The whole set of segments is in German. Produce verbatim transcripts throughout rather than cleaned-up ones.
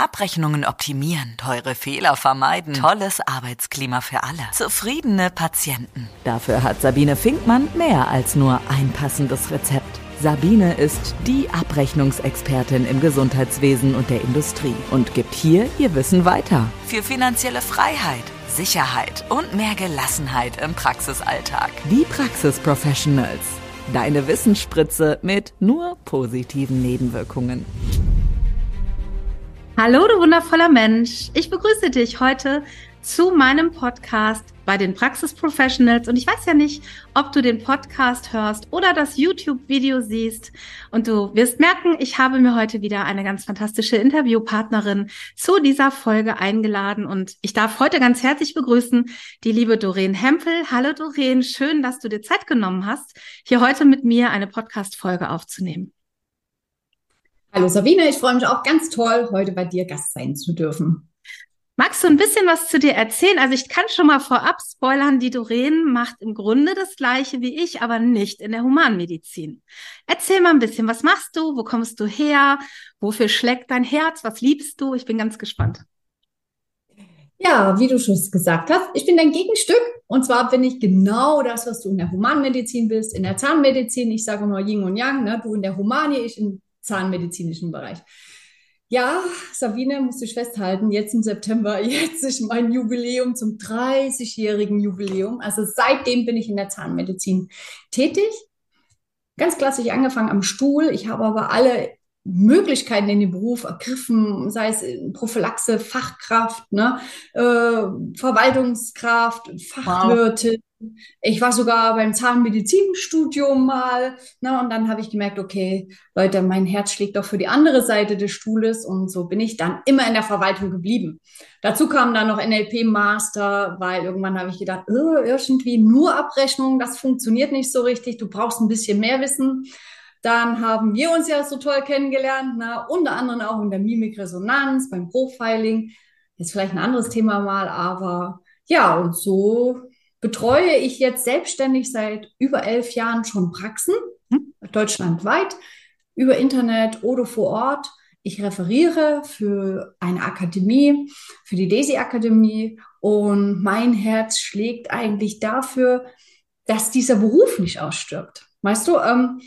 Abrechnungen optimieren, teure Fehler vermeiden, tolles Arbeitsklima für alle, zufriedene Patienten. Dafür hat Sabine Finkmann mehr als nur ein passendes Rezept. Sabine ist die Abrechnungsexpertin im Gesundheitswesen und der Industrie und gibt hier ihr Wissen weiter. Für finanzielle Freiheit, Sicherheit und mehr Gelassenheit im Praxisalltag. Die Praxis-Professionals. Deine Wissensspritze mit nur positiven Nebenwirkungen. Hallo, du wundervoller Mensch. Ich begrüße dich heute zu meinem Podcast bei den Praxis-Professionals. Und ich weiß ja nicht, ob du den Podcast hörst oder das YouTube-Video siehst. Und du wirst merken, ich habe mir heute wieder eine ganz fantastische Interviewpartnerin zu dieser Folge eingeladen. Und ich darf heute ganz herzlich begrüßen die liebe Doreen Hempel. Hallo Doreen, schön, dass du dir Zeit genommen hast, hier heute mit mir eine Podcast-Folge aufzunehmen. Hallo Sabine, ich freue mich auch ganz toll, heute bei dir Gast sein zu dürfen. Magst du ein bisschen was zu dir erzählen? Also ich kann schon mal vorab spoilern, die Doreen macht im Grunde das Gleiche wie ich, aber nicht in der Humanmedizin. Erzähl mal ein bisschen, was machst du? Wo kommst du her? Wofür schlägt dein Herz? Was liebst du? Ich bin ganz gespannt. Ja, wie du schon gesagt hast, ich bin dein Gegenstück. Und zwar bin ich genau das, was du in der Humanmedizin bist, in der Zahnmedizin. Ich sage immer Yin und Yang, ne? Du in der Humani, ich im zahnmedizinischen Bereich. Ja, Sabine, musst du festhalten, jetzt im September, jetzt ist mein Jubiläum zum dreißigjährigen Jubiläum. Also seitdem bin ich in der Zahnmedizin tätig. Ganz klassisch angefangen am Stuhl. Ich habe aber alle Möglichkeiten in den Beruf ergriffen, sei es Prophylaxe, Fachkraft, ne, äh, Verwaltungskraft, Fachwirtin. Wow. Ich war sogar beim Zahnmedizinstudium mal, ne, und dann habe ich gemerkt, okay, Leute, mein Herz schlägt doch für die andere Seite des Stuhles und so bin ich dann immer in der Verwaltung geblieben. Dazu kam dann noch N L P-Master, weil irgendwann habe ich gedacht, oh, irgendwie nur Abrechnung, das funktioniert nicht so richtig, du brauchst ein bisschen mehr Wissen. Dann haben wir uns ja so toll kennengelernt, ne? Unter anderem auch in der Mimikresonanz, beim Profiling. Jetzt vielleicht ein anderes Thema mal, aber ja, und so betreue ich jetzt selbstständig seit über elf Jahren schon Praxen, deutschlandweit, über Internet oder vor Ort. Ich referiere für eine Akademie, für die DESI-Akademie und mein Herz schlägt eigentlich dafür, dass dieser Beruf nicht ausstirbt. Weißt du, ähm,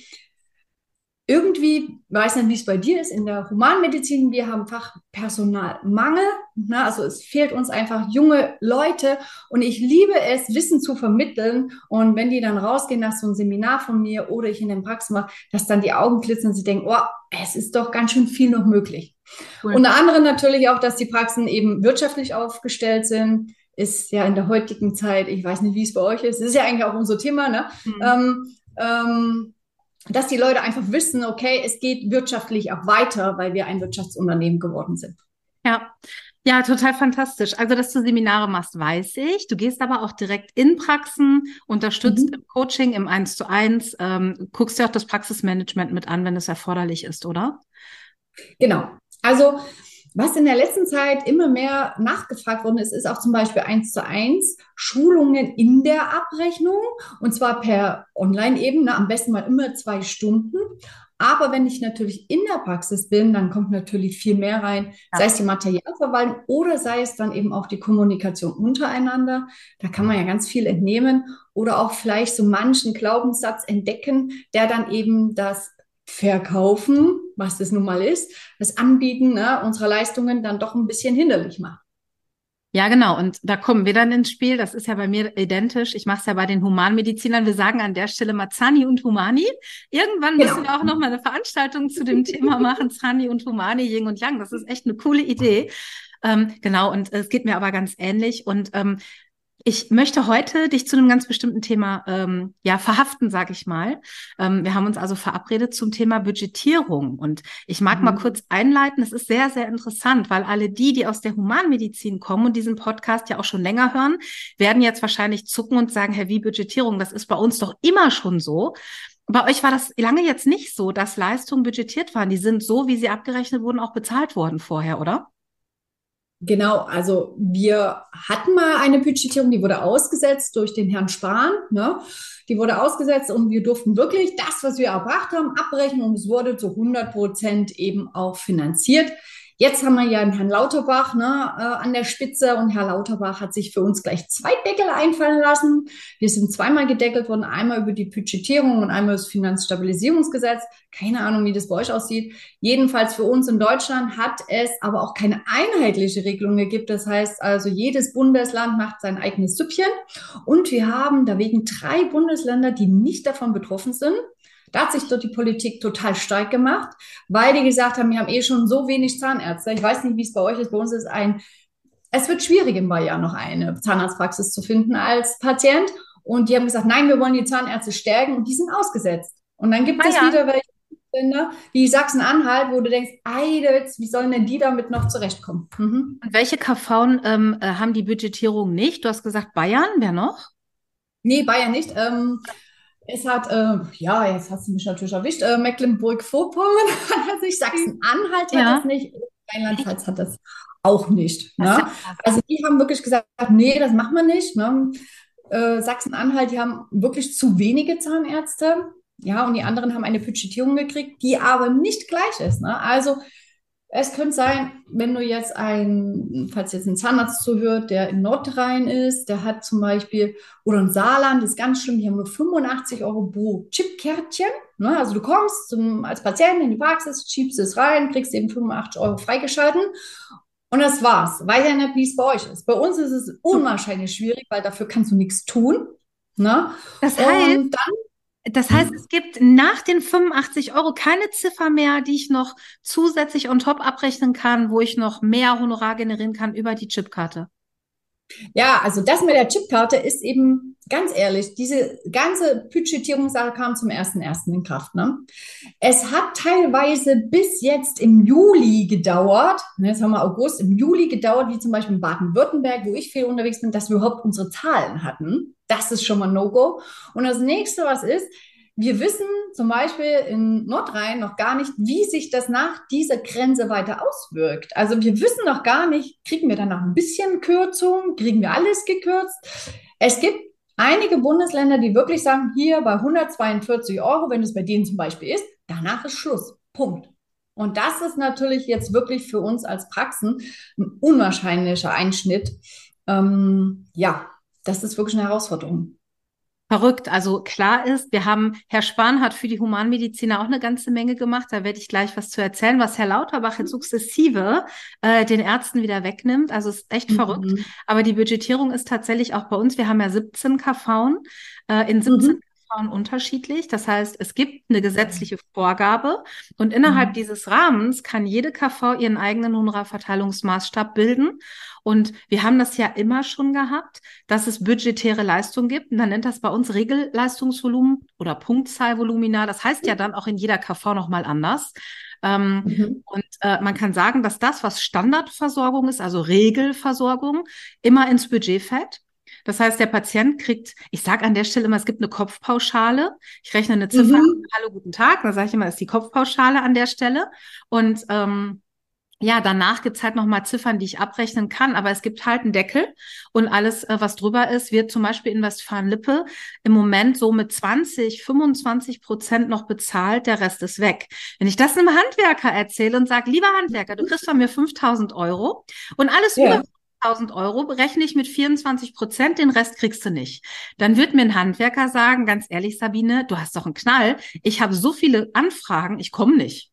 irgendwie, weiß nicht, wie es bei dir ist, in der Humanmedizin, wir haben Fachpersonalmangel, ne? Also es fehlt uns einfach junge Leute und ich liebe es, Wissen zu vermitteln und wenn die dann rausgehen nach so einem Seminar von mir oder ich in den Praxen mache, dass dann die Augen glitzern und sie denken, oh, es ist doch ganz schön viel noch möglich. Cool. Unter anderem natürlich auch, dass die Praxen eben wirtschaftlich aufgestellt sind, ist ja in der heutigen Zeit, ich weiß nicht, wie es bei euch ist, das ist ja eigentlich auch unser Thema, ne? Mhm. Ähm, ähm, dass die Leute einfach wissen, okay, es geht wirtschaftlich auch weiter, weil wir ein Wirtschaftsunternehmen geworden sind. Ja, ja, total fantastisch. Also, dass du Seminare machst, weiß ich. Du gehst aber auch direkt in Praxen, unterstützt mhm. im Coaching, im eins zu eins, ähm, guckst dir auch das Praxismanagement mit an, wenn es erforderlich ist, oder? Genau. Also, was in der letzten Zeit immer mehr nachgefragt worden ist, ist auch zum Beispiel eins zu eins Schulungen in der Abrechnung und zwar per Online-Ebene, am besten mal immer zwei Stunden. Aber wenn ich natürlich in der Praxis bin, dann kommt natürlich viel mehr rein, ja. Sei es die Materialverwaltung oder sei es dann eben auch die Kommunikation untereinander. Da kann man ja ganz viel entnehmen oder auch vielleicht so manchen Glaubenssatz entdecken, der dann eben das Verkaufen, was das nun mal ist, das Anbieten, ne, unserer Leistungen dann doch ein bisschen hinderlich macht. Ja, genau. Und da kommen wir dann ins Spiel. Das ist ja bei mir identisch. Ich mache es ja bei den Humanmedizinern. Wir sagen an der Stelle mal Zani und Humani. Irgendwann genau. müssen wir auch noch mal eine Veranstaltung zu dem Thema machen. Zani und Humani, Yin und Yang. Das ist echt eine coole Idee. Ähm, genau. Und es geht mir aber ganz ähnlich. Und ähm, ich möchte heute dich zu einem ganz bestimmten Thema ähm, ja verhaften, sage ich mal. Ähm, wir haben uns also verabredet zum Thema Budgetierung und ich mag mhm. mal kurz einleiten. Es ist sehr, sehr interessant, weil alle die, die aus der Humanmedizin kommen und diesen Podcast ja auch schon länger hören, werden jetzt wahrscheinlich zucken und sagen, Herr, wie Budgetierung? Das ist bei uns doch immer schon so. Bei euch war das lange jetzt nicht so, dass Leistungen budgetiert waren. Die sind so, wie sie abgerechnet wurden, auch bezahlt worden vorher, oder? Genau, also wir hatten mal eine Budgetierung, die wurde ausgesetzt durch den Herrn Spahn, ne? Die wurde ausgesetzt und wir durften wirklich das, was wir erbracht haben, abrechnen und es wurde zu hundert Prozent eben auch finanziert. Jetzt haben wir ja einen Herrn Lauterbach, ne, äh, an der Spitze, und Herr Lauterbach hat sich für uns gleich zwei Deckel einfallen lassen. Wir sind zweimal gedeckelt worden, einmal über die Budgetierung und einmal das Finanzstabilisierungsgesetz. Keine Ahnung, wie das bei euch aussieht. Jedenfalls für uns in Deutschland hat es aber auch keine einheitliche Regelung gegeben. Das heißt also, jedes Bundesland macht sein eigenes Süppchen, und wir haben dagegen drei Bundesländer, die nicht davon betroffen sind. Da hat sich dort die Politik total stark gemacht, weil die gesagt haben, wir haben eh schon so wenig Zahnärzte. Ich weiß nicht, wie es bei euch ist. Bei uns ist ein, es wird schwierig in Bayern noch eine Zahnarztpraxis zu finden als Patient. Und die haben gesagt, nein, wir wollen die Zahnärzte stärken, und die sind ausgesetzt. Und dann gibt Ah, es ja. wieder welche Länder wie Sachsen-Anhalt, wo du denkst, Eidelwitz, wie sollen denn die damit noch zurechtkommen? Mhm. Und welche K Vs ähm, äh, haben die Budgetierung nicht? Du hast gesagt Bayern, wer noch? Nee, Bayern nicht. Ähm, Es hat, äh, ja, jetzt hast du mich natürlich erwischt, äh, Mecklenburg-Vorpommern hat das nicht, Sachsen-Anhalt hat Ja. das nicht, Rheinland-Pfalz hat das auch nicht. Das ist Ne? ja krass. Also die haben wirklich gesagt, nee, das machen wir nicht. Ne? Äh, Sachsen-Anhalt, die haben wirklich zu wenige Zahnärzte. Ja, und die anderen haben eine Budgetierung gekriegt, die aber nicht gleich ist. Ne? Also es könnte sein, wenn du jetzt ein, falls jetzt ein Zahnarzt zuhört, der in Nordrhein ist, der hat zum Beispiel, oder im Saarland, das ist ganz schlimm, die haben nur fünfundachtzig Euro pro Chipkärtchen. Ne? Also du kommst zum, als Patient in die Praxis, schiebst es rein, kriegst eben fünfundachtzig Euro freigeschalten. Und das war's. Weiß ja nicht, wie es bei euch ist. Bei uns ist es unwahrscheinlich schwierig, weil dafür kannst du nichts tun. Ne? Das heißt, Und dann Das heißt, es gibt nach den fünfundachtzig Euro keine Ziffer mehr, die ich noch zusätzlich on top abrechnen kann, wo ich noch mehr Honorar generieren kann über die Chipkarte. Ja, also das mit der Chipkarte ist eben, ganz ehrlich, diese ganze Budgetierungssache kam zum ersten ersten in Kraft. Ne? Es hat teilweise bis jetzt im Juli gedauert, ne, jetzt haben wir August, im Juli gedauert, wie zum Beispiel in Baden-Württemberg, wo ich viel unterwegs bin, dass wir überhaupt unsere Zahlen hatten. Das ist schon mal No-Go. Und das nächste, was ist, wir wissen zum Beispiel in Nordrhein noch gar nicht, wie sich das nach dieser Grenze weiter auswirkt. Also wir wissen noch gar nicht, kriegen wir danach ein bisschen Kürzung, kriegen wir alles gekürzt. Es gibt einige Bundesländer, die wirklich sagen, hier bei hundertzweiundvierzig Euro, wenn es bei denen zum Beispiel ist, danach ist Schluss. Punkt. Und das ist natürlich jetzt wirklich für uns als Praxen ein unwahrscheinlicher Einschnitt. Ähm, ja, das ist wirklich eine Herausforderung. Verrückt. Also klar ist, wir haben, Herr Spahn hat für die Humanmediziner auch eine ganze Menge gemacht. Da werde ich gleich was zu erzählen, was Herr Lauterbach jetzt sukzessive äh, den Ärzten wieder wegnimmt. Also ist echt Mhm. verrückt. Aber die Budgetierung ist tatsächlich auch bei uns. Wir haben ja siebzehn K Vs, äh, in siebzehn Mhm. K Vs unterschiedlich. Das heißt, es gibt eine gesetzliche Vorgabe, und innerhalb Mhm. dieses Rahmens kann jede K V ihren eigenen Honorarverteilungsmaßstab bilden. Und wir haben das ja immer schon gehabt, dass es budgetäre Leistung gibt. Und dann nennt das bei uns Regelleistungsvolumen oder Punktzahlvolumina. Das heißt ja dann auch in jeder K V nochmal anders. Ähm, Mhm. und äh, man kann sagen, dass das, was Standardversorgung ist, also Regelversorgung, immer ins Budget fällt. Das heißt, der Patient kriegt, ich sage an der Stelle immer, es gibt eine Kopfpauschale. Ich rechne eine Ziffer ab, Mhm. hallo, guten Tag. Dann sage ich immer, das ist die Kopfpauschale an der Stelle. Und ähm, ja, danach gibt's halt nochmal Ziffern, die ich abrechnen kann, aber es gibt halt einen Deckel, und alles, äh, was drüber ist, wird zum Beispiel in Westfalen-Lippe im Moment so mit zwanzig, fünfundzwanzig Prozent noch bezahlt, der Rest ist weg. Wenn ich das einem Handwerker erzähle und sage, lieber Handwerker, du kriegst von mir fünftausend Euro und alles Ja. über fünftausend Euro berechne ich mit vierundzwanzig Prozent, den Rest kriegst du nicht. Dann wird mir ein Handwerker sagen, ganz ehrlich, Sabine, du hast doch einen Knall, ich habe so viele Anfragen, ich komme nicht.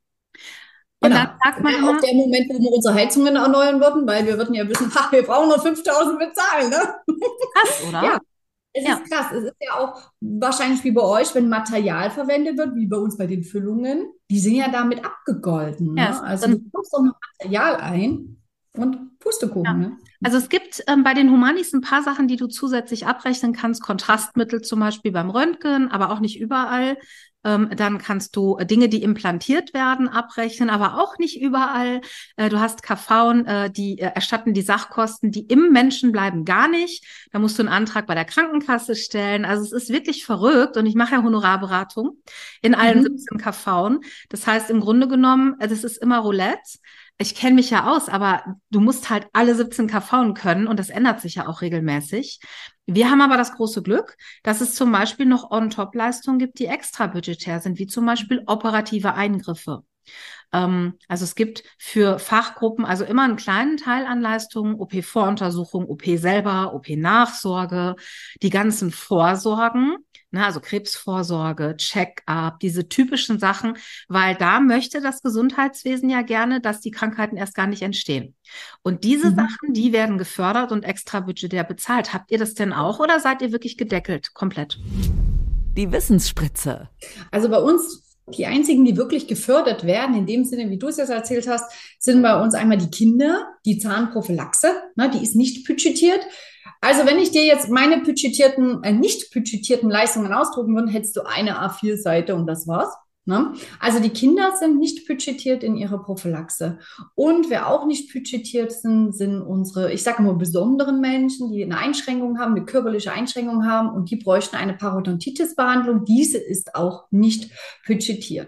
Und Genau. dann sagt man Wäre immer, auch der Moment, wo wir unsere Heizungen erneuern würden, weil wir würden ja wissen, ha, wir brauchen nur fünftausend bezahlen. Ne? krass, oder? Ja, es Ja. ist krass. Es ist ja auch wahrscheinlich wie bei euch, wenn Material verwendet wird, wie bei uns bei den Füllungen, die sind ja damit abgegolten. Ja, Ne? es- Also und- du kaufst doch noch Material ein und Pustekuchen. Ja. Ne? Also es gibt ähm, bei den Humanis ein paar Sachen, die du zusätzlich abrechnen kannst. Kontrastmittel zum Beispiel beim Röntgen, aber auch nicht überall. Ähm, dann kannst du äh, Dinge, die implantiert werden, abrechnen, aber auch nicht überall. Äh, du hast K Vs, äh, die äh, erstatten die Sachkosten, die im Menschen bleiben, gar nicht. Da musst du einen Antrag bei der Krankenkasse stellen. Also es ist wirklich verrückt, und ich mache ja Honorarberatung in allen Mhm. siebzehn K Vs. Das heißt, im Grunde genommen, äh, das ist immer Roulette. Ich kenne mich ja aus, aber du musst halt alle siebzehn K Vs können, und das ändert sich ja auch regelmäßig. Wir haben aber das große Glück, dass es zum Beispiel noch On-Top-Leistungen gibt, die extra budgetär sind, wie zum Beispiel operative Eingriffe. Ähm, also es gibt für Fachgruppen also immer einen kleinen Teil an Leistungen, O P-Voruntersuchung, O P selber, O P-Nachsorge, die ganzen Vorsorgen, ne, also Krebsvorsorge, Check-up, diese typischen Sachen, weil da möchte das Gesundheitswesen ja gerne, dass die Krankheiten erst gar nicht entstehen. Und diese Mhm. Sachen, die werden gefördert und extra budgetär bezahlt. Habt ihr das denn auch oder seid ihr wirklich gedeckelt komplett? Die Wissensspritze. Also bei uns, die einzigen, die wirklich gefördert werden, in dem Sinne, wie du es jetzt erzählt hast, sind bei uns einmal die Kinder, die Zahnprophylaxe, ne, die ist nicht budgetiert. Also wenn ich dir jetzt meine budgetierten, äh, nicht budgetierten Leistungen ausdrucken würde, hättest du eine A vier Seite und das war's. Ne? Also die Kinder sind nicht budgetiert in ihrer Prophylaxe. Und wer auch nicht budgetiert sind, sind unsere, ich sage mal, besonderen Menschen, die eine Einschränkung haben, eine körperliche Einschränkung haben und die bräuchten eine Parodontitis-Behandlung. Diese ist auch nicht budgetiert.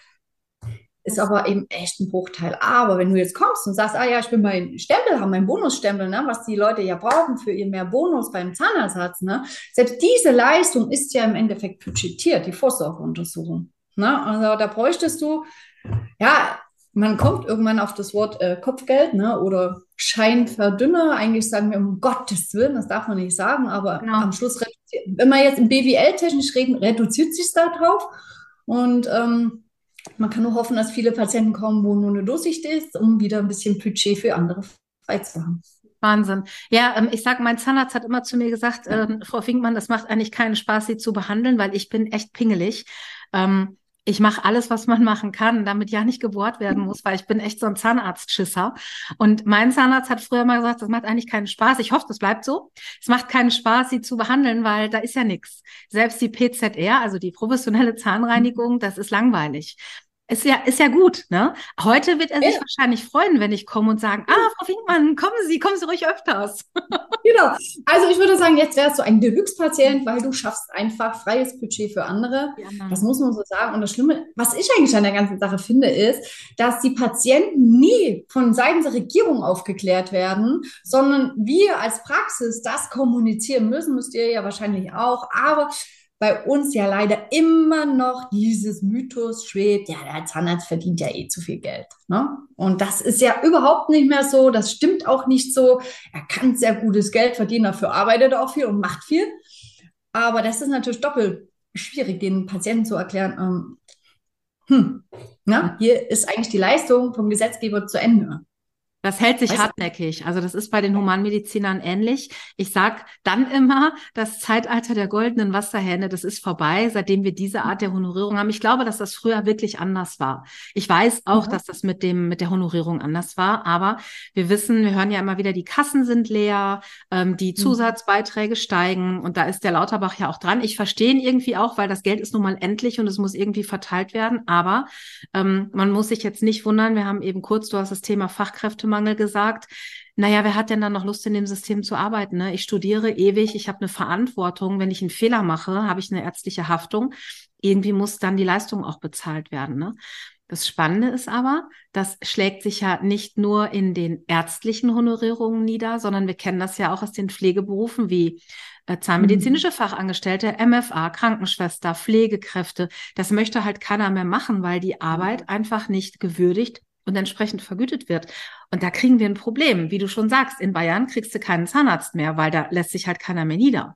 Ist aber eben echt ein Bruchteil. Aber wenn du jetzt kommst und sagst, ah ja, ich will meinen Stempel haben, meinen Bonusstempel, ne, was die Leute ja brauchen für ihr mehr Bonus beim Zahnersatz, ne, selbst diese Leistung ist ja im Endeffekt budgetiert, die Vorsorgeuntersuchung. Ne? Also da bräuchtest du, ja, man kommt irgendwann auf das Wort äh, Kopfgeld, ne, oder Scheinverdünner. Eigentlich sagen wir um Gottes Willen, das darf man nicht sagen, aber Genau. am Schluss, wenn wir jetzt im B W L-technisch reden, reduziert sich da drauf. Und ähm, man kann nur hoffen, dass viele Patienten kommen, wo nur eine Durchsicht ist, um wieder ein bisschen Budget für andere frei zu haben. Wahnsinn. Ja, ähm, ich sag, mein Zahnarzt hat immer zu mir gesagt, ähm, Frau Finkmann, das macht eigentlich keinen Spaß, Sie zu behandeln, weil ich bin echt pingelig. Ähm, ich mache alles, was man machen kann, damit ja nicht gebohrt werden muss, weil ich bin echt so ein Zahnarztschisser. Und mein Zahnarzt hat früher mal gesagt, das macht eigentlich keinen Spaß. Ich hoffe, das bleibt so. Es macht keinen Spaß, Sie zu behandeln, weil da ist ja nichts. Selbst die P Z R, also die professionelle Zahnreinigung, das ist langweilig. Ist ja, ist ja gut, ne? Heute wird er sich Ja. wahrscheinlich freuen, wenn ich komme und sagen, ah, Frau Finkmann, kommen Sie, kommen Sie ruhig öfters. Genau. Also ich würde sagen, jetzt wärst du ein Deluxe-Patient, weil du schaffst einfach freies Budget für andere. Die anderen. Das muss man so sagen. Und das Schlimme, was ich eigentlich an der ganzen Sache finde, ist, dass die Patienten nie von Seiten der Regierung aufgeklärt werden, sondern wir als Praxis das kommunizieren müssen, müsst ihr ja wahrscheinlich auch. Aber bei uns ja leider immer noch dieses Mythos schwebt, ja, der Zahnarzt verdient ja eh zu viel Geld. Ne? Und das ist ja überhaupt nicht mehr so, das stimmt auch nicht so. Er kann sehr gutes Geld verdienen, dafür arbeitet er auch viel und macht viel. Aber das ist natürlich doppelt schwierig, den Patienten zu erklären, ähm, hm, na, hier ist eigentlich die Leistung vom Gesetzgeber zu Ende. Das hält sich Weißt du? hartnäckig. Also das ist bei den Humanmedizinern ähnlich. Ich sag dann immer, das Zeitalter der goldenen Wasserhähne, das ist vorbei, seitdem wir diese Art der Honorierung haben. Ich glaube, dass das früher wirklich anders war. Ich weiß auch, Ja. dass das mit dem mit der Honorierung anders war. Aber wir wissen, wir hören ja immer wieder, die Kassen sind leer, ähm, die Zusatzbeiträge steigen. Und da ist der Lauterbach ja auch dran. Ich verstehe ihn irgendwie auch, weil das Geld ist nun mal endlich und es muss irgendwie verteilt werden. Aber ähm, man muss sich jetzt nicht wundern. Wir haben eben kurz, du hast das Thema Fachkräfte Mangel gesagt. Naja, wer hat denn dann noch Lust, in dem System zu arbeiten? Ne? Ich studiere ewig, ich habe eine Verantwortung. Wenn ich einen Fehler mache, habe ich eine ärztliche Haftung. Irgendwie muss dann die Leistung auch bezahlt werden. Ne? Das Spannende ist aber, das schlägt sich ja nicht nur in den ärztlichen Honorierungen nieder, sondern wir kennen das ja auch aus den Pflegeberufen wie äh, zahnmedizinische Fachangestellte, M F A, Krankenschwester, Pflegekräfte. Das möchte halt keiner mehr machen, weil die Arbeit einfach nicht gewürdigt und entsprechend vergütet wird. Und da kriegen wir ein Problem. Wie du schon sagst, in Bayern kriegst du keinen Zahnarzt mehr, weil da lässt sich halt keiner mehr nieder.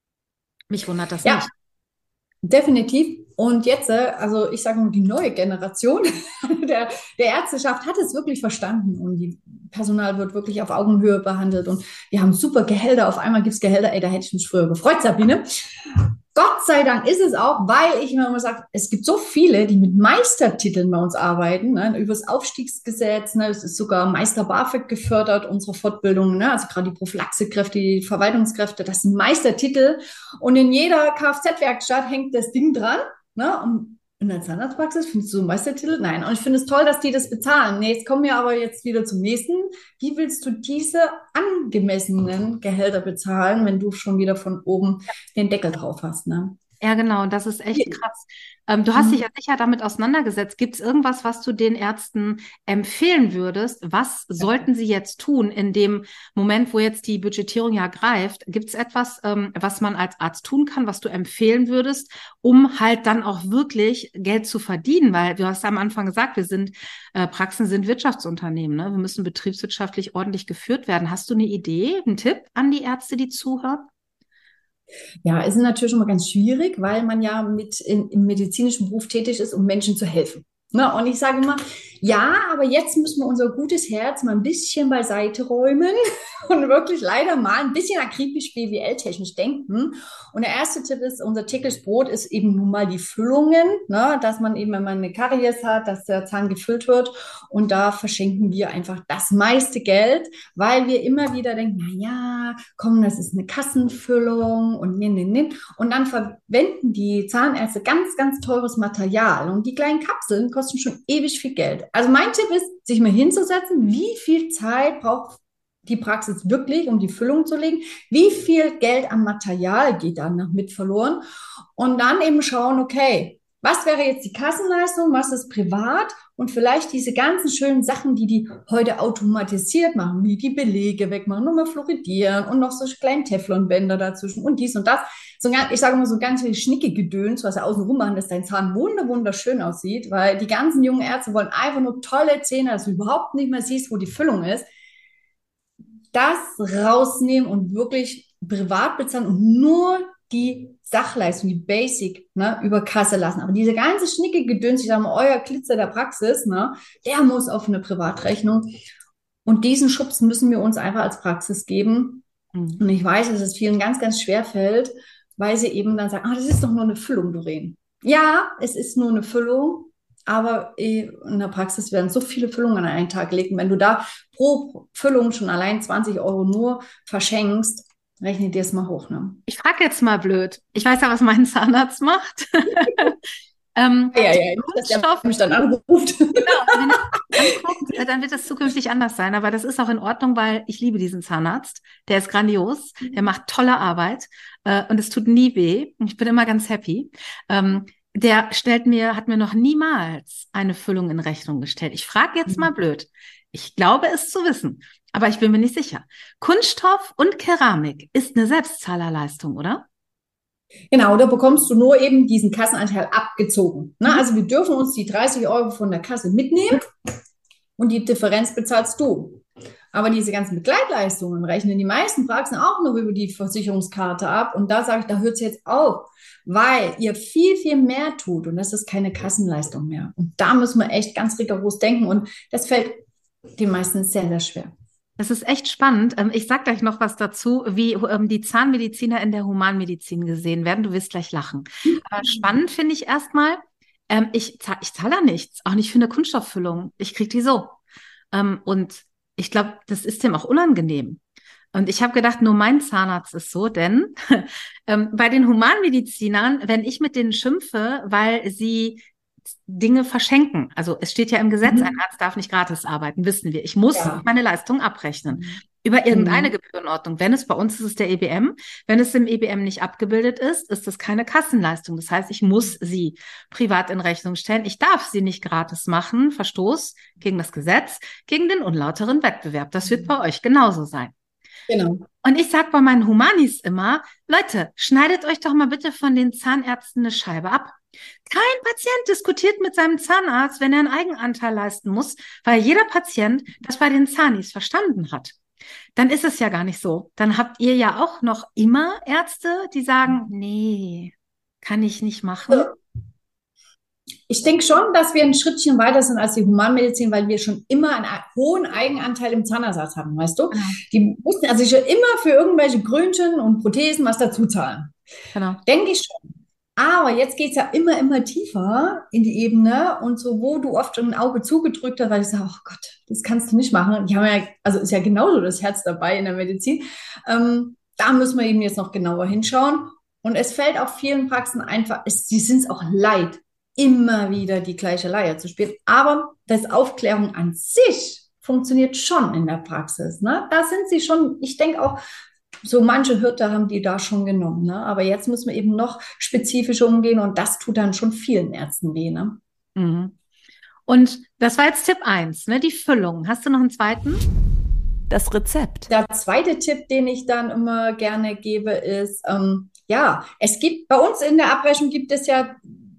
Mich wundert das Ja, nicht. definitiv. Und jetzt, äh, also ich sage mal, die neue Generation der, der Ärzteschaft hat es wirklich verstanden und die Personal wird wirklich auf Augenhöhe behandelt und wir haben super Gehälter. Auf einmal gibt es Gehälter, ey, da hätte ich mich früher gefreut, Sabine. Gott sei Dank ist es auch, weil ich immer sage, es gibt so viele, die mit Meistertiteln bei uns arbeiten, ne, über das Aufstiegsgesetz, ne, es ist sogar Meister BAföG gefördert, unsere Fortbildung, ne, also gerade die Prophylaxekräfte, die Verwaltungskräfte, das sind Meistertitel und in jeder Kfz-Werkstatt hängt das Ding dran, ne, und in der Zahnarztpraxis findest du so einen Meistertitel? Nein. Und ich finde es toll, dass die das bezahlen. Nee, jetzt kommen wir aber jetzt wieder zum nächsten. Wie willst du diese angemessenen Gehälter bezahlen, wenn du schon wieder von oben den Deckel drauf hast, ne? Ja, genau. Das ist echt krass. Ähm, du hast dich ja sicher damit auseinandergesetzt. Gibt es irgendwas, was du den Ärzten empfehlen würdest? Was sollten sie jetzt tun in dem Moment, wo jetzt die Budgetierung ja greift? Gibt es etwas, ähm, was man als Arzt tun kann, was du empfehlen würdest, um halt dann auch wirklich Geld zu verdienen? Weil du hast am Anfang gesagt, wir sind, äh, Praxen sind Wirtschaftsunternehmen, ne? Wir müssen betriebswirtschaftlich ordentlich geführt werden. Hast du eine Idee, einen Tipp an die Ärzte, die zuhören? Ja, ist natürlich immer ganz schwierig, weil man ja mit in, im medizinischen Beruf tätig ist, um Menschen zu helfen. Ne? Und ich sage immer, ja, aber jetzt müssen wir unser gutes Herz mal ein bisschen beiseite räumen und wirklich leider mal ein bisschen akribisch B W L-technisch denken. Und der erste Tipp ist, unser tägliches Brot ist eben nun mal die Füllungen, ne? Dass man eben, wenn man eine Karies hat, dass der Zahn gefüllt wird. Und da verschenken wir einfach das meiste Geld, weil wir immer wieder denken, na ja, komm, das ist eine Kassenfüllung und ne, ne, ne. Und dann verwenden die Zahnärzte ganz, ganz teures Material. Und die kleinen Kapseln kosten schon ewig viel Geld. Also mein Tipp ist, sich mal hinzusetzen, wie viel Zeit braucht die Praxis wirklich, um die Füllung zu legen, wie viel Geld am Material geht dann noch mit verloren und dann eben schauen, okay, was wäre jetzt die Kassenleistung, was ist privat und vielleicht diese ganzen schönen Sachen, die die heute automatisiert machen, wie die Belege wegmachen, nochmal fluoridieren und noch so kleine Teflonbänder dazwischen und dies und das. So, ich sage mal so ganz viel Schnicke-Gedöns, was sie außenrum machen, dass dein Zahn wunderschön aussieht, weil die ganzen jungen Ärzte wollen einfach nur tolle Zähne, dass du überhaupt nicht mehr siehst, wo die Füllung ist. Das rausnehmen und wirklich privat bezahlen und nur die Sachleistung, die Basic, ne, über Kasse lassen. Aber diese ganze schnicke Gedöns, ich sage mal, euer Glitzer der Praxis, ne, der muss auf eine Privatrechnung. Und diesen Schubs müssen wir uns einfach als Praxis geben. Mhm. Und ich weiß, dass es vielen ganz, ganz schwer fällt, weil sie eben dann sagen, ah, das ist doch nur eine Füllung, Doreen. Ja, es ist nur eine Füllung. Aber in der Praxis werden so viele Füllungen an einen Tag gelegt. Und wenn du da pro Füllung schon allein zwanzig Euro nur verschenkst, rechne dir es mal hoch. Ne? Ich frage jetzt mal blöd. Ich weiß ja, was mein Zahnarzt macht. ähm, ja, ja, nicht, dass der mich dann anruft. Genau, wenn er anguckt, dann wird das zukünftig anders sein. Aber das ist auch in Ordnung, weil ich liebe diesen Zahnarzt. Der ist grandios. Der macht tolle Arbeit. Äh, und es tut nie weh. Ich bin immer ganz happy. Ähm, Der stellt mir, hat mir noch niemals eine Füllung in Rechnung gestellt. Ich frage jetzt mal blöd. Ich glaube es zu wissen, aber ich bin mir nicht sicher. Kunststoff und Keramik ist eine Selbstzahlerleistung, oder? Genau, da bekommst du nur eben diesen Kassenanteil abgezogen. Na, also wir dürfen uns die dreißig Euro von der Kasse mitnehmen und die Differenz bezahlst du. Aber diese ganzen Begleitleistungen rechnen die meisten Praxen auch noch über die Versicherungskarte ab. Und da sage ich, da hört es jetzt auf, weil ihr viel, viel mehr tut. Und das ist keine Kassenleistung mehr. Und da müssen wir echt ganz rigoros denken. Und das fällt den meisten sehr, sehr schwer. Das ist echt spannend. Ich sage gleich noch was dazu, wie die Zahnmediziner in der Humanmedizin gesehen werden. Du wirst gleich lachen. Aber spannend finde ich erstmal, ich, ich zahle da nichts, auch nicht für eine Kunststofffüllung. Ich kriege die so. Und ich glaube, das ist dem auch unangenehm. Und ich habe gedacht, nur mein Zahnarzt ist so, denn ähm, bei den Humanmedizinern, wenn ich mit denen schimpfe, weil sie Dinge verschenken, also es steht ja im Gesetz, mhm. ein Arzt darf nicht gratis arbeiten, wissen wir. Ich muss ja. meine Leistung abrechnen. Mhm. Über irgendeine mhm. Gebührenordnung. Wenn es bei uns ist, ist es der E B M. Wenn es im E B M nicht abgebildet ist, ist es keine Kassenleistung. Das heißt, ich muss sie privat in Rechnung stellen. Ich darf sie nicht gratis machen. Verstoß gegen das Gesetz, gegen den unlauteren Wettbewerb. Das wird bei euch genauso sein. Genau. Und ich sage bei meinen Humanis immer, Leute, schneidet euch doch mal bitte von den Zahnärzten eine Scheibe ab. Kein Patient diskutiert mit seinem Zahnarzt, wenn er einen Eigenanteil leisten muss, weil jeder Patient das bei den Zahnis verstanden hat. Dann ist es ja gar nicht so. Dann habt ihr ja auch noch immer Ärzte, die sagen, nee, kann ich nicht machen. Ich denke schon, dass wir ein Schrittchen weiter sind als die Humanmedizin, weil wir schon immer einen hohen Eigenanteil im Zahnersatz hatten, weißt du? Genau. Die mussten also schon immer für irgendwelche Grünchen und Prothesen was dazu zahlen. Genau. Denke ich schon. Aber jetzt geht es ja immer, immer tiefer in die Ebene und so, wo du oft schon ein Auge zugedrückt hast, weil ich sage, oh Gott, das kannst du nicht machen. Die haben ja, also ist ja genauso das Herz dabei in der Medizin. Ähm, da müssen wir eben jetzt noch genauer hinschauen. Und es fällt auch vielen Praxen einfach, es, sie sind es auch leid, immer wieder die gleiche Leier zu spielen. Aber das Aufklärung an sich funktioniert schon in der Praxis. Ne? Da sind sie schon, ich denke auch, so manche Hürde haben die da schon genommen. Ne? Aber jetzt müssen wir eben noch spezifischer umgehen und das tut dann schon vielen Ärzten weh. Ne? Mhm. Und das war jetzt Tipp eins, ne? Die Füllung. Hast du noch einen zweiten? Das Rezept. Der zweite Tipp, den ich dann immer gerne gebe, ist, ähm, ja, es gibt, bei uns in der Abrechnung gibt es ja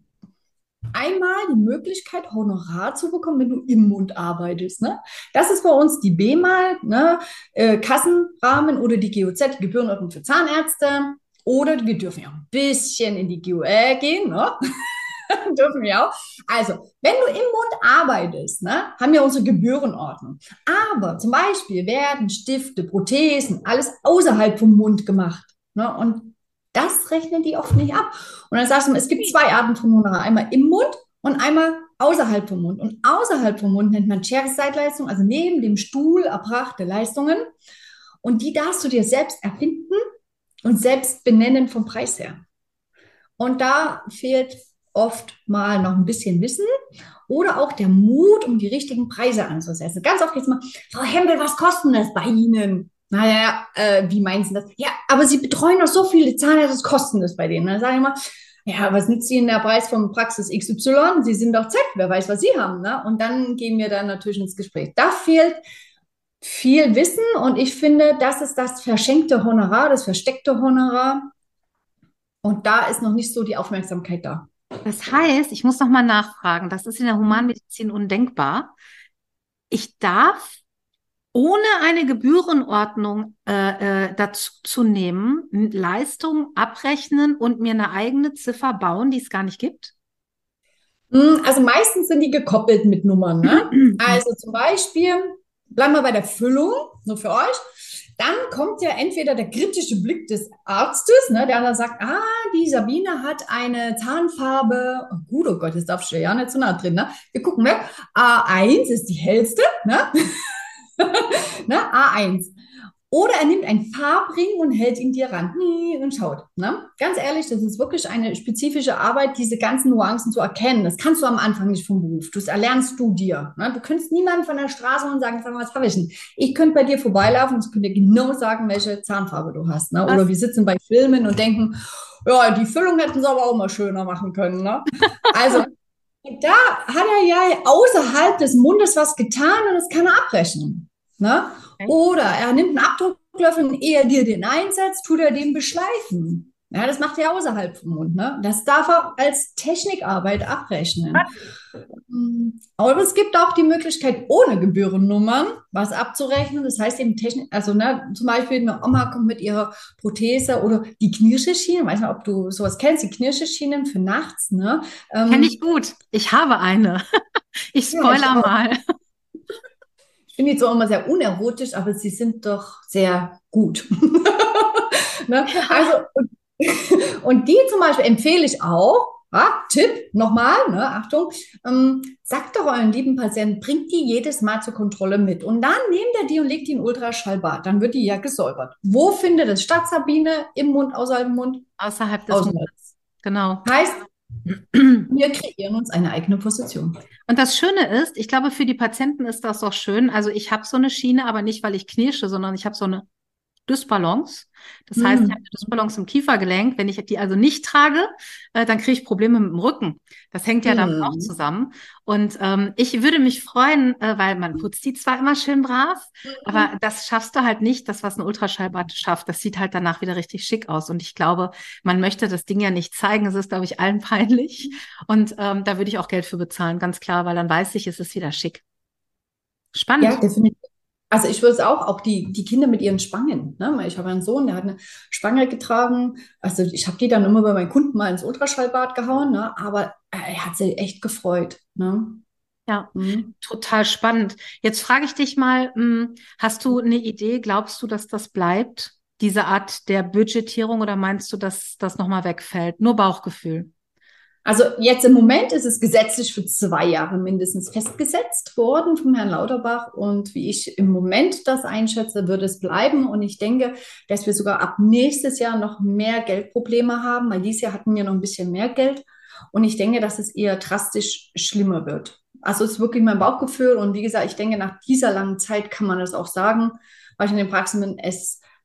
einmal die Möglichkeit, Honorar zu bekommen, wenn du im Mund arbeitest. Ne? Das ist bei uns die B M A L, ne? äh, Kassenrahmen oder die G O Z, die Gebührenordnung für Zahnärzte. Oder wir dürfen ja auch ein bisschen in die G O R gehen, ne? dürfen wir auch. Also, wenn du im Mund arbeitest, ne, haben wir unsere Gebührenordnung. Aber zum Beispiel werden Stifte, Prothesen, alles außerhalb vom Mund gemacht. Ne? Und das rechnen die oft nicht ab. Und dann sagst du, es gibt zwei Arten von Honorar. Einmal im Mund und einmal außerhalb vom Mund. Und außerhalb vom Mund nennt man Chair-Side-Leistung, also neben dem Stuhl erbrachte Leistungen. Und die darfst du dir selbst erfinden und selbst benennen vom Preis her. Und da fehlt oft mal noch ein bisschen Wissen oder auch der Mut, um die richtigen Preise anzusetzen. Ganz oft jetzt mal, Frau Hempel, was kostet das bei Ihnen? Naja, äh, wie meinen Sie das? Ja, aber Sie betreuen doch so viele Zahnärzte, was kostet das bei denen? Dann sage ich mal, ja, was nützt Ihnen der Preis von Praxis X Y? Sie sind doch Z, wer weiß, was Sie haben. Ne? Und dann gehen wir dann natürlich ins Gespräch. Da fehlt viel Wissen und ich finde, das ist das verschenkte Honorar, das versteckte Honorar. Und da ist noch nicht so die Aufmerksamkeit da. Das heißt, ich muss noch mal nachfragen, das ist in der Humanmedizin undenkbar. Ich darf ohne eine Gebührenordnung äh, äh, dazu zu nehmen, Leistungen abrechnen und mir eine eigene Ziffer bauen, die es gar nicht gibt? Also meistens sind die gekoppelt mit Nummern. Ne? Also zum Beispiel, bleiben wir bei der Füllung, nur für euch. Dann kommt ja entweder der kritische Blick des Arztes, ne, der dann sagt, ah, die Sabine hat eine Zahnfarbe, oh gut, oh Gott, jetzt darfst du ja nicht so nah drin, ne? Wir gucken, ne? A eins ist die hellste, ne? ne? A eins. Oder er nimmt einen Farbring und hält ihn dir ran und schaut. Ne? Ganz ehrlich, das ist wirklich eine spezifische Arbeit, diese ganzen Nuancen zu erkennen. Das kannst du am Anfang nicht vom Beruf. Das erlernst du dir. Ne? Du könntest niemanden von der Straße und sagen, sag mal, was habe ich denn? Ich könnte bei dir vorbeilaufen und ich könnte dir genau sagen, welche Zahnfarbe du hast. Ne? Oder wir sitzen bei Filmen und denken, ja, die Füllung hätten sie aber auch mal schöner machen können. Ne? Also, da hat er ja außerhalb des Mundes was getan und das kann er abrechnen. Ne? Oder er nimmt einen Abdrucklöffel und ehe er dir den einsetzt, tut er den beschleifen. Ja, das macht er außerhalb vom Mund. Ne? Das darf er als Technikarbeit abrechnen. Aber es gibt auch die Möglichkeit, ohne Gebührennummern was abzurechnen. Das heißt eben Technik, also ne, zum Beispiel eine Oma kommt mit ihrer Prothese oder die Knirscheschiene, weiß nicht, ob du sowas kennst, die Knirscheschienen für nachts. Ne? Ähm, Kenn ich gut. Ich habe eine. Ich spoiler ja, ich mal. Ich finde die zwar immer sehr unerotisch, aber sie sind doch sehr gut. ne? Also, und, und die zum Beispiel empfehle ich auch, ja, Tipp nochmal, ne, Achtung, ähm, sagt doch euren lieben Patienten, bringt die jedes Mal zur Kontrolle mit. Und dann nehmt ihr die und legt die in Ultraschallbad. Dann wird die ja gesäubert. Wo findet es statt, Sabine? Im Mund, außerhalb dem Mund? Außerhalb des Mundes. Genau. Heißt, wir kreieren uns eine eigene Position. Und das Schöne ist, ich glaube, für die Patienten ist das auch schön. Also ich habe so eine Schiene, aber nicht, weil ich knirsche, sondern ich habe so eine Dysbalance. Das hm. heißt, ich habe eine Dysbalance im Kiefergelenk. Wenn ich die also nicht trage, äh, dann kriege ich Probleme mit dem Rücken. Das hängt ja hm. damit auch zusammen. Und ähm, ich würde mich freuen, äh, weil man putzt die zwar immer schön brav, mhm. aber das schaffst du halt nicht, das, was ein Ultraschallbad schafft. Das sieht halt danach wieder richtig schick aus. Und ich glaube, man möchte das Ding ja nicht zeigen. Es ist, glaube ich, allen peinlich. Und ähm, da würde ich auch Geld für bezahlen, ganz klar, weil dann weiß ich, es ist wieder schick. Spannend. Ja, definitiv. Also ich würde es auch, auch die, die Kinder mit ihren Spangen. Ne? Ich habe einen Sohn, der hat eine Spange getragen. Also ich habe die dann immer bei meinen Kunden mal ins Ultraschallbad gehauen, ne? Aber er hat sich echt gefreut. Ne? Ja, mhm. Total spannend. Jetzt frage ich dich mal, hast du eine Idee, glaubst du, dass das bleibt, diese Art der Budgetierung, oder meinst du, dass das nochmal wegfällt? Nur Bauchgefühl. Also jetzt im Moment ist es gesetzlich für zwei Jahre mindestens festgesetzt worden vom Herrn Lauterbach. Und wie ich im Moment das einschätze, wird es bleiben. Und ich denke, dass wir sogar ab nächstes Jahr noch mehr Geldprobleme haben, weil dieses Jahr hatten wir noch ein bisschen mehr Geld. Und ich denke, dass es eher drastisch schlimmer wird. Also es ist wirklich mein Bauchgefühl. Und wie gesagt, ich denke, nach dieser langen Zeit kann man das auch sagen, weil ich in den Praxen bin, es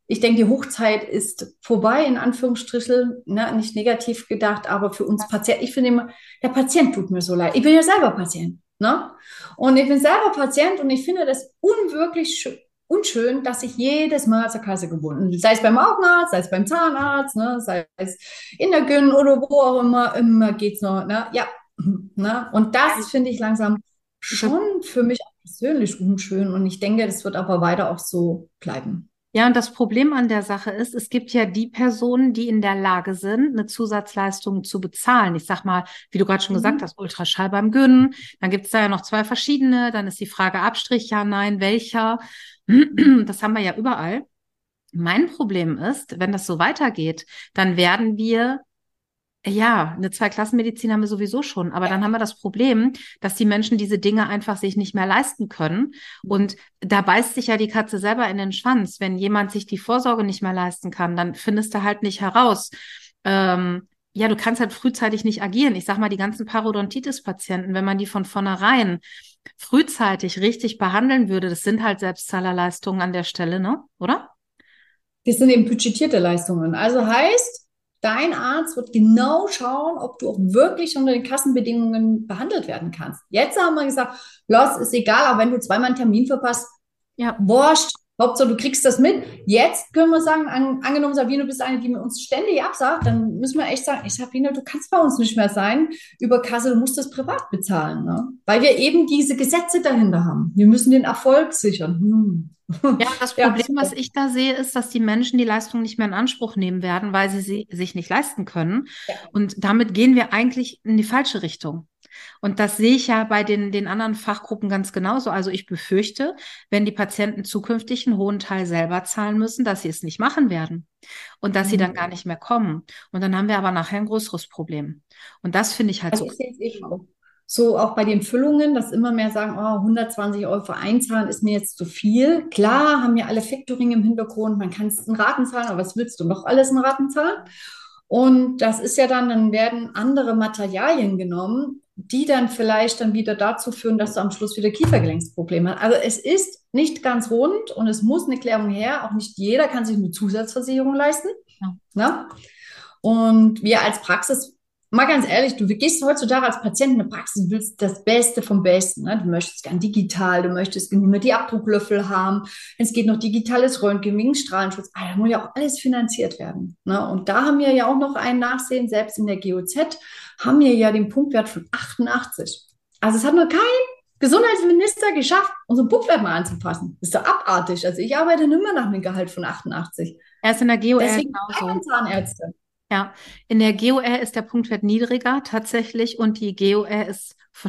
ich denke, die Hochzeit ist vorbei, in Anführungsstrichen, ne, nicht negativ gedacht, aber für uns Patienten, ich finde immer, der Patient tut mir so leid. Ich bin ja selber Patient, ne? Und ich bin selber Patient und ich finde das unwirklich schön, unschön, dass ich jedes Mal zur Kasse gebunden bin. Sei es beim Augenarzt, sei es beim Zahnarzt, ne, sei es in der Gyn oder wo auch immer, immer geht's noch, ne? Ja, ne? Und das finde ich langsam schon für mich persönlich unschön und ich denke, das wird aber weiter auch so bleiben. Ja, und das Problem an der Sache ist, es gibt ja die Personen, die in der Lage sind, eine Zusatzleistung zu bezahlen. Ich sag mal, wie du gerade schon gesagt Mhm. hast, Ultraschall beim Gyn. Dann gibt es da ja noch zwei verschiedene. Dann ist die Frage Abstrich, ja, nein, welcher. Das haben wir ja überall. Mein Problem ist, wenn das so weitergeht, dann werden wir ja, eine Zweiklassenmedizin haben wir sowieso schon, aber dann haben wir das Problem, dass die Menschen diese Dinge einfach sich nicht mehr leisten können. Und da beißt sich ja die Katze selber in den Schwanz. Wenn jemand sich die Vorsorge nicht mehr leisten kann, dann findest du halt nicht heraus. Ähm, ja, du kannst halt frühzeitig nicht agieren. Ich sag mal, die ganzen Parodontitis-Patienten, wenn man die von vornherein frühzeitig richtig behandeln würde, das sind halt Selbstzahlerleistungen an der Stelle, ne? Oder? Das sind eben budgetierte Leistungen. Also heißt, dein Arzt wird genau schauen, ob du auch wirklich unter den Kassenbedingungen behandelt werden kannst. Jetzt haben wir gesagt, los, ist egal, aber wenn du zweimal einen Termin verpasst, Ja. wurscht, Hauptsache du kriegst das mit. Jetzt können wir sagen, an, angenommen, Sabine, du bist eine, die mit uns ständig absagt, dann müssen wir echt sagen, ey, Sabine, du kannst bei uns nicht mehr sein. Über Kasse, du musst das privat bezahlen, ne? Weil wir eben diese Gesetze dahinter haben. Wir müssen den Erfolg sichern. Hm. Ja, das Ja, Problem, was ich da sehe, ist, dass die Menschen die Leistung nicht mehr in Anspruch nehmen werden, weil sie sie sich nicht leisten können. ja. Und damit gehen wir eigentlich in die falsche Richtung. Und das sehe ich ja bei den, den anderen Fachgruppen ganz genauso. Also ich befürchte, wenn die Patienten zukünftig einen hohen Teil selber zahlen müssen, dass sie es nicht machen werden und dass sie dann gar nicht mehr kommen. Und dann haben wir aber nachher ein größeres Problem. Und das finde ich halt Also so. ich sehe es eben auch. So auch bei den Füllungen, dass immer mehr sagen, oh, hundertzwanzig Euro für einzahlen ist mir jetzt zu viel. Klar, haben ja alle Factoring im Hintergrund, man kann es in Raten zahlen, aber was willst du noch alles in Raten zahlen? Und das ist ja dann, dann werden andere Materialien genommen, die dann vielleicht dann wieder dazu führen, dass du am Schluss wieder Kiefergelenksprobleme hast. Also es ist nicht ganz rund und es muss eine Klärung her. Auch nicht jeder kann sich eine Zusatzversicherung leisten. Ja. Ne? Und wir als Praxis, mal ganz ehrlich, du gehst heutzutage als Patient in eine Praxis, du willst das Beste vom Besten. Ne? Du möchtest gern digital, du möchtest nicht mehr die Abdrucklöffel haben. Es geht noch digitales Röntgen wegen Strahlenschutz. Ah, da muss ja auch alles finanziert werden. Ne? Und da haben wir ja auch noch ein Nachsehen, selbst in der G O Z haben wir ja den Punktwert von achtundachtzig. Also es hat nur kein Gesundheitsminister geschafft, unseren Punktwert mal anzupassen. Das ist doch abartig. Also ich arbeite immer nach einem Gehalt von achtundachtzig. Er ist in der G O R Deswegen genauso. keine Zahnärzte. Ja, in der G O R ist der Punktwert niedriger tatsächlich und die G O R ist von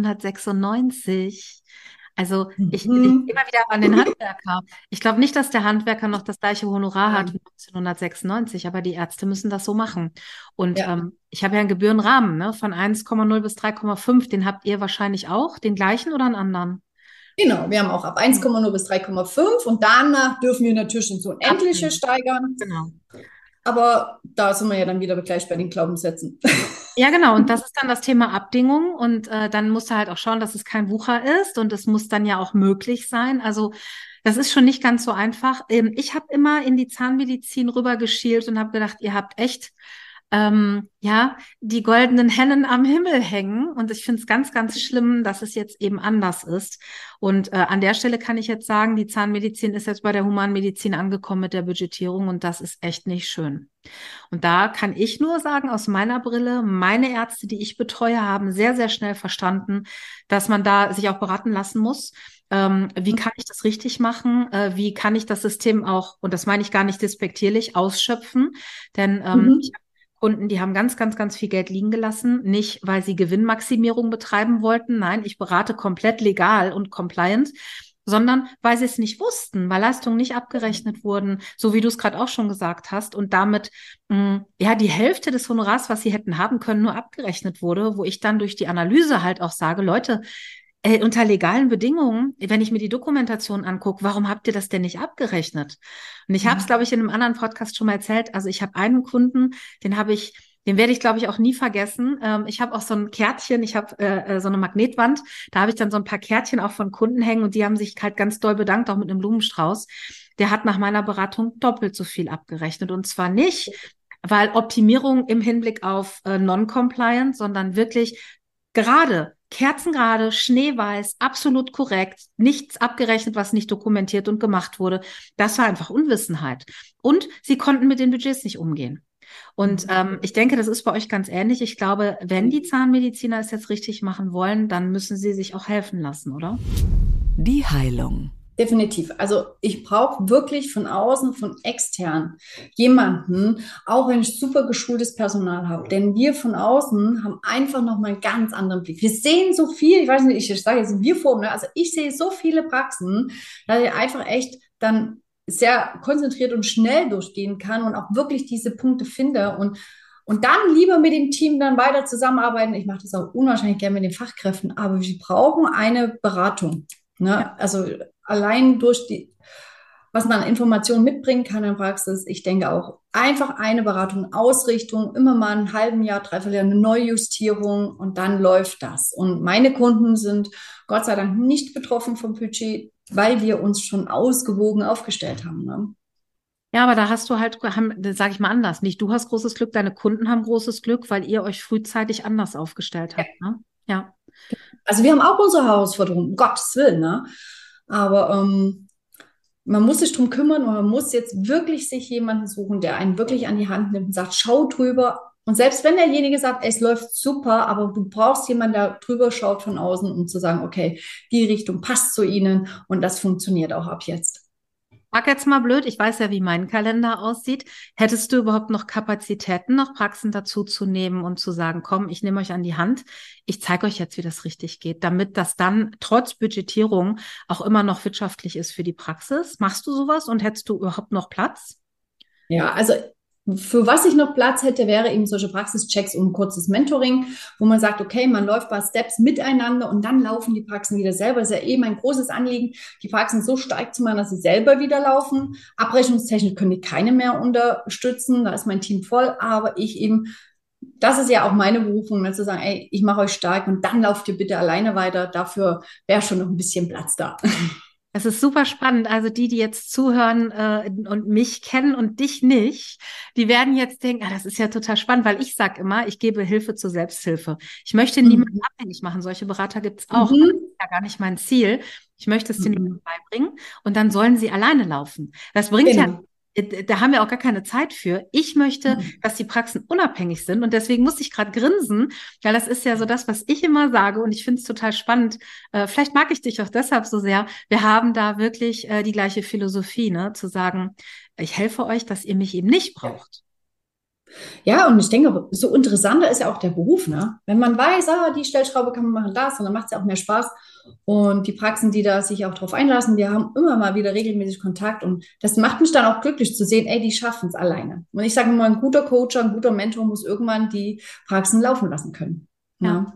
neunzehnhundertsechsundneunzig. Also ich, ich Mhm. gehe mal wieder an den Handwerker. Ich glaube nicht, dass der Handwerker noch das gleiche Honorar hat wie neunzehnhundertsechsundneunzig, aber die Ärzte müssen das so machen. Und Ja. ähm, ich habe ja einen Gebührenrahmen, ne, von eins Komma null bis drei Komma fünf. Den habt ihr wahrscheinlich auch, den gleichen oder einen anderen? Genau, wir haben auch ab eins Komma null bis drei Komma fünf und danach dürfen wir natürlich ins Unendliche Abnehmen. steigern. Genau. Aber da sind wir ja dann wieder gleich bei den Glaubenssätzen. Ja, genau. Und das ist dann das Thema Abdingung. Und äh, dann musst du halt auch schauen, dass es kein Wucher ist. Und es muss dann ja auch möglich sein. Also das ist schon nicht ganz so einfach. Ähm, ich habe immer in die Zahnmedizin rübergeschielt und habe gedacht, ihr habt echt ähm, ja die goldenen Hennen am Himmel hängen. Und ich finde es ganz, ganz schlimm, dass es jetzt eben anders ist. Und äh, an der Stelle kann ich jetzt sagen, die Zahnmedizin ist jetzt bei der Humanmedizin angekommen mit der Budgetierung. Und das ist echt nicht schön. Und da kann ich nur sagen, aus meiner Brille, meine Ärzte, die ich betreue, haben sehr, sehr schnell verstanden, dass man da sich auch beraten lassen muss. Ähm, wie kann ich das richtig machen? Äh, wie kann ich das System auch, und das meine ich gar nicht despektierlich, ausschöpfen? Denn ähm, Mhm. ich habe Kunden, die haben ganz, ganz, ganz viel Geld liegen gelassen, nicht weil sie Gewinnmaximierung betreiben wollten. Nein, ich berate komplett legal und compliant, sondern weil sie es nicht wussten, weil Leistungen nicht abgerechnet wurden, so wie du es gerade auch schon gesagt hast, und damit mh, ja die Hälfte des Honorars, was sie hätten haben können, nur abgerechnet wurde, wo ich dann durch die Analyse halt auch sage, Leute, äh, unter legalen Bedingungen, wenn ich mir die Dokumentation angucke, warum habt ihr das denn nicht abgerechnet? Und ich habe es, glaube ich, in einem anderen Podcast schon mal erzählt. Also ich habe einen Kunden, den habe ich Den werde ich, glaube ich, auch nie vergessen. Ähm, ich habe auch so ein Kärtchen, ich habe äh, so eine Magnetwand, da habe ich dann so ein paar Kärtchen auch von Kunden hängen und die haben sich halt ganz doll bedankt, auch mit einem Blumenstrauß. der hat nach meiner Beratung doppelt so viel abgerechnet. Und zwar nicht, weil Optimierung im Hinblick auf äh, Non-Compliance, sondern wirklich gerade, kerzengerade, schneeweiß, absolut korrekt, nichts abgerechnet, was nicht dokumentiert und gemacht wurde. Das war einfach Unwissenheit. Und sie konnten mit den Budgets nicht umgehen. Und ähm, ich denke, das ist bei euch ganz ähnlich. Ich glaube, wenn die Zahnmediziner es jetzt richtig machen wollen, dann müssen sie sich auch helfen lassen, oder? Die Heilung. Definitiv. Also ich brauche wirklich von außen, von extern jemanden, auch wenn ich super geschultes Personal habe. Denn wir von außen haben einfach nochmal einen ganz anderen Blick. Wir sehen so viel, ich weiß nicht, ich sage jetzt wir vor, ne? Also ich sehe so viele Praxen, dass ich einfach echt dann sehr konzentriert und schnell durchgehen kann und auch wirklich diese Punkte finde und Und dann lieber mit dem Team dann weiter zusammenarbeiten. Ich mache das auch unwahrscheinlich gerne mit den Fachkräften, aber wir brauchen eine Beratung. Ne? Ja. Also allein durch die, was man an Informationen mitbringen kann in der Praxis, ich denke auch einfach eine Beratung, Ausrichtung, immer mal einen halben Jahr, dreiviertel Jahr eine Neujustierung und dann läuft das. Und meine Kunden sind Gott sei Dank nicht betroffen vom Budget, weil wir uns schon ausgewogen aufgestellt haben. Ne? Ja, aber da hast du halt, sage ich mal anders, nicht du hast großes Glück, deine Kunden haben großes Glück, weil ihr euch frühzeitig anders aufgestellt habt. Ja. Ne? Ja. Also wir haben auch unsere Herausforderungen, um Gottes Willen, ne? Aber ähm, man muss sich drum kümmern und man muss jetzt wirklich sich jemanden suchen, der einen wirklich an die Hand nimmt und sagt, schau drüber. Und selbst wenn derjenige sagt, ey, es läuft super, aber du brauchst jemanden, der drüber schaut von außen, um zu sagen, okay, die Richtung passt zu ihnen und das funktioniert auch ab jetzt. Frag jetzt mal blöd, ich weiß ja, wie mein Kalender aussieht. Hättest du überhaupt noch Kapazitäten, noch Praxen dazu zu nehmen und zu sagen, komm, ich nehme euch an die Hand, ich zeige euch jetzt, wie das richtig geht, damit das dann trotz Budgetierung auch immer noch wirtschaftlich ist für die Praxis? Machst du sowas und hättest du überhaupt noch Platz? Ja, also für was ich noch Platz hätte, wäre eben solche Praxischecks und ein kurzes Mentoring, wo man sagt, okay, man läuft bei Steps miteinander und dann laufen die Praxen wieder selber. Das ist ja eben ein großes Anliegen, die Praxen so stark zu machen, dass sie selber wieder laufen. Abrechnungstechnisch können die keine mehr unterstützen, da ist mein Team voll, aber ich eben, das ist ja auch meine Berufung, ne, zu sagen, ey, ich mache euch stark und dann lauft ihr bitte alleine weiter. Dafür wäre schon noch ein bisschen Platz da. Es ist super spannend. Also die, die jetzt zuhören äh, und mich kennen und dich nicht, die werden jetzt denken, ah, das ist ja total spannend, weil ich sage immer, ich gebe Hilfe zur Selbsthilfe. Ich möchte Mhm. niemanden abhängig machen. Solche Berater gibt es auch. Mhm. Das ist ja gar nicht mein Ziel. Ich möchte es denen Mhm. beibringen und dann sollen sie alleine laufen. Das bringt ja, Genau. da haben wir auch gar keine Zeit für. Ich möchte, Mhm. dass die Praxen unabhängig sind und deswegen muss ich gerade grinsen, weil das ist ja so das, was ich immer sage und ich finde es total spannend. Äh, vielleicht mag ich dich auch deshalb so sehr. Wir haben da wirklich äh, die gleiche Philosophie, ne, zu sagen, ich helfe euch, dass ihr mich eben nicht braucht. Ja, und ich denke, so interessanter ist ja auch der Beruf, ne? Wenn man weiß, ah, die Stellschraube kann man machen, das, und dann macht es ja auch mehr Spaß. Und die Praxen, die da sich auch drauf einlassen, wir haben immer mal wieder regelmäßig Kontakt und das macht mich dann auch glücklich zu sehen, ey, die schaffen es alleine. Und ich sage immer, ein guter Coach, ein guter Mentor muss irgendwann die Praxen laufen lassen können. Ja. Ne?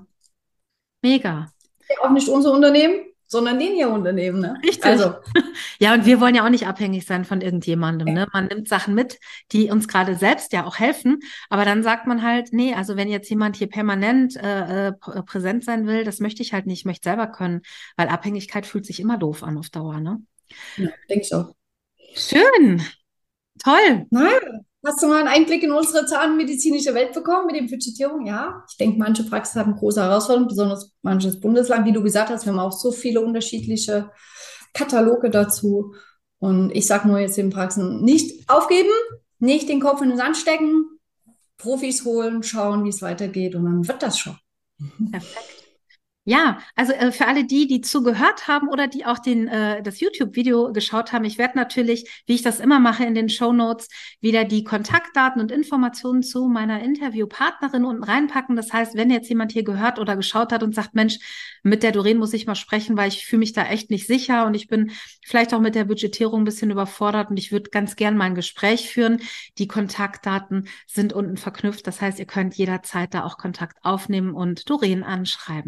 Mega. Auch nicht unser Unternehmen, sondern den ihr Unternehmen, ne? Richtig. Also, Ja, und wir wollen ja auch nicht abhängig sein von irgendjemandem, ne? Man nimmt Sachen mit, die uns gerade selbst ja auch helfen, aber dann sagt man halt, nee, also wenn jetzt jemand hier permanent äh, äh, präsent sein will, das möchte ich halt nicht, ich möchte selber können, weil Abhängigkeit fühlt sich immer doof an auf Dauer, ne? ja, denke ich auch. Schön, toll. Naja, hast du mal einen Einblick in unsere zahnmedizinische Welt bekommen mit der Budgetierung? Ja, ich denke, manche Praxen haben große Herausforderungen, besonders manches Bundesland, wie du gesagt hast. Wir haben auch so viele unterschiedliche Kataloge dazu. Und ich sage nur jetzt den Praxen, nicht aufgeben, nicht den Kopf in den Sand stecken, Profis holen, schauen, wie es weitergeht und dann wird das schon. Perfekt. Ja, also äh, für alle die, die zugehört haben oder die auch den äh, das YouTube-Video geschaut haben, ich werde natürlich, wie ich das immer mache, in den Shownotes wieder die Kontaktdaten und Informationen zu meiner Interviewpartnerin unten reinpacken. Das heißt, wenn jetzt jemand hier gehört oder geschaut hat und sagt, Mensch, mit der Doreen muss ich mal sprechen, weil ich fühle mich da echt nicht sicher und ich bin vielleicht auch mit der Budgetierung ein bisschen überfordert und ich würde ganz gern mal ein Gespräch führen. Die Kontaktdaten sind unten verknüpft. Das heißt, ihr könnt jederzeit da auch Kontakt aufnehmen und Doreen anschreiben. Ich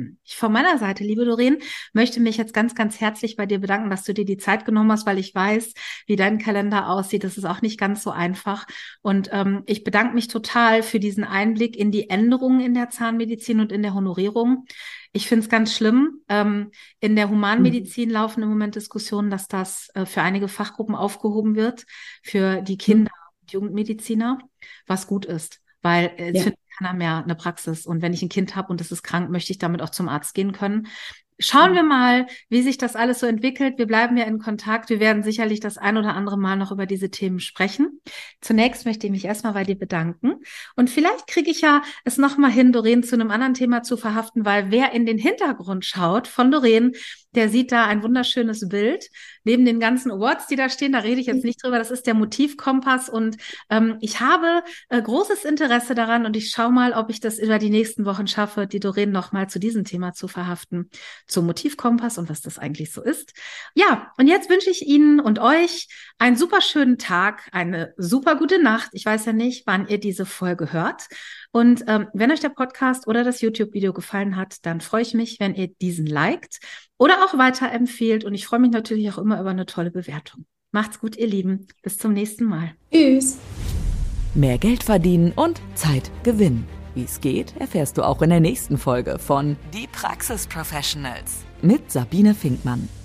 von meiner Seite, liebe Doreen, möchte mich jetzt ganz, ganz herzlich bei dir bedanken, dass du dir die Zeit genommen hast, weil ich weiß, wie dein Kalender aussieht. Das ist auch nicht ganz so einfach. Und ähm, ich bedanke mich total für diesen Einblick in die Änderungen in der Zahnmedizin und in der Honorierung. Ich finde es ganz schlimm. Ähm, in der Humanmedizin mhm. laufen im Moment Diskussionen, dass das äh, für einige Fachgruppen aufgehoben wird, für die Kinder- mhm. und Jugendmediziner, was gut ist, weil äh, es ja. findet keiner mehr eine Praxis. Und wenn ich ein Kind habe und es ist krank, möchte ich damit auch zum Arzt gehen können. Schauen wir mal, wie sich das alles so entwickelt. Wir bleiben ja in Kontakt. Wir werden sicherlich das ein oder andere Mal noch über diese Themen sprechen. Zunächst möchte ich mich erstmal bei dir bedanken. Und vielleicht kriege ich ja es nochmal hin, Doreen zu einem anderen Thema zu verhaften, weil wer in den Hintergrund schaut von Doreen, der sieht da ein wunderschönes Bild. Neben den ganzen Awards, die da stehen, da rede ich jetzt nicht drüber, das ist der Motivkompass. Und ähm, ich habe äh, großes Interesse daran und ich schaue mal, ob ich das über die nächsten Wochen schaffe, die Doreen nochmal zu diesem Thema zu verhaften. Zum Motivkompass und was das eigentlich so ist. Ja, und jetzt wünsche ich Ihnen und euch einen super schönen Tag, eine super gute Nacht. Ich weiß ja nicht, wann ihr diese Folge hört. Und ähm, wenn euch der Podcast oder das YouTube-Video gefallen hat, dann freue ich mich, wenn ihr diesen liked oder auch weiterempfehlt. Und ich freue mich natürlich auch immer über eine tolle Bewertung. Macht's gut, ihr Lieben. Bis zum nächsten Mal. Tschüss. Mehr Geld verdienen und Zeit gewinnen. Wie es geht, erfährst du auch in der nächsten Folge von Die Praxis Professionals mit Sabine Finkmann.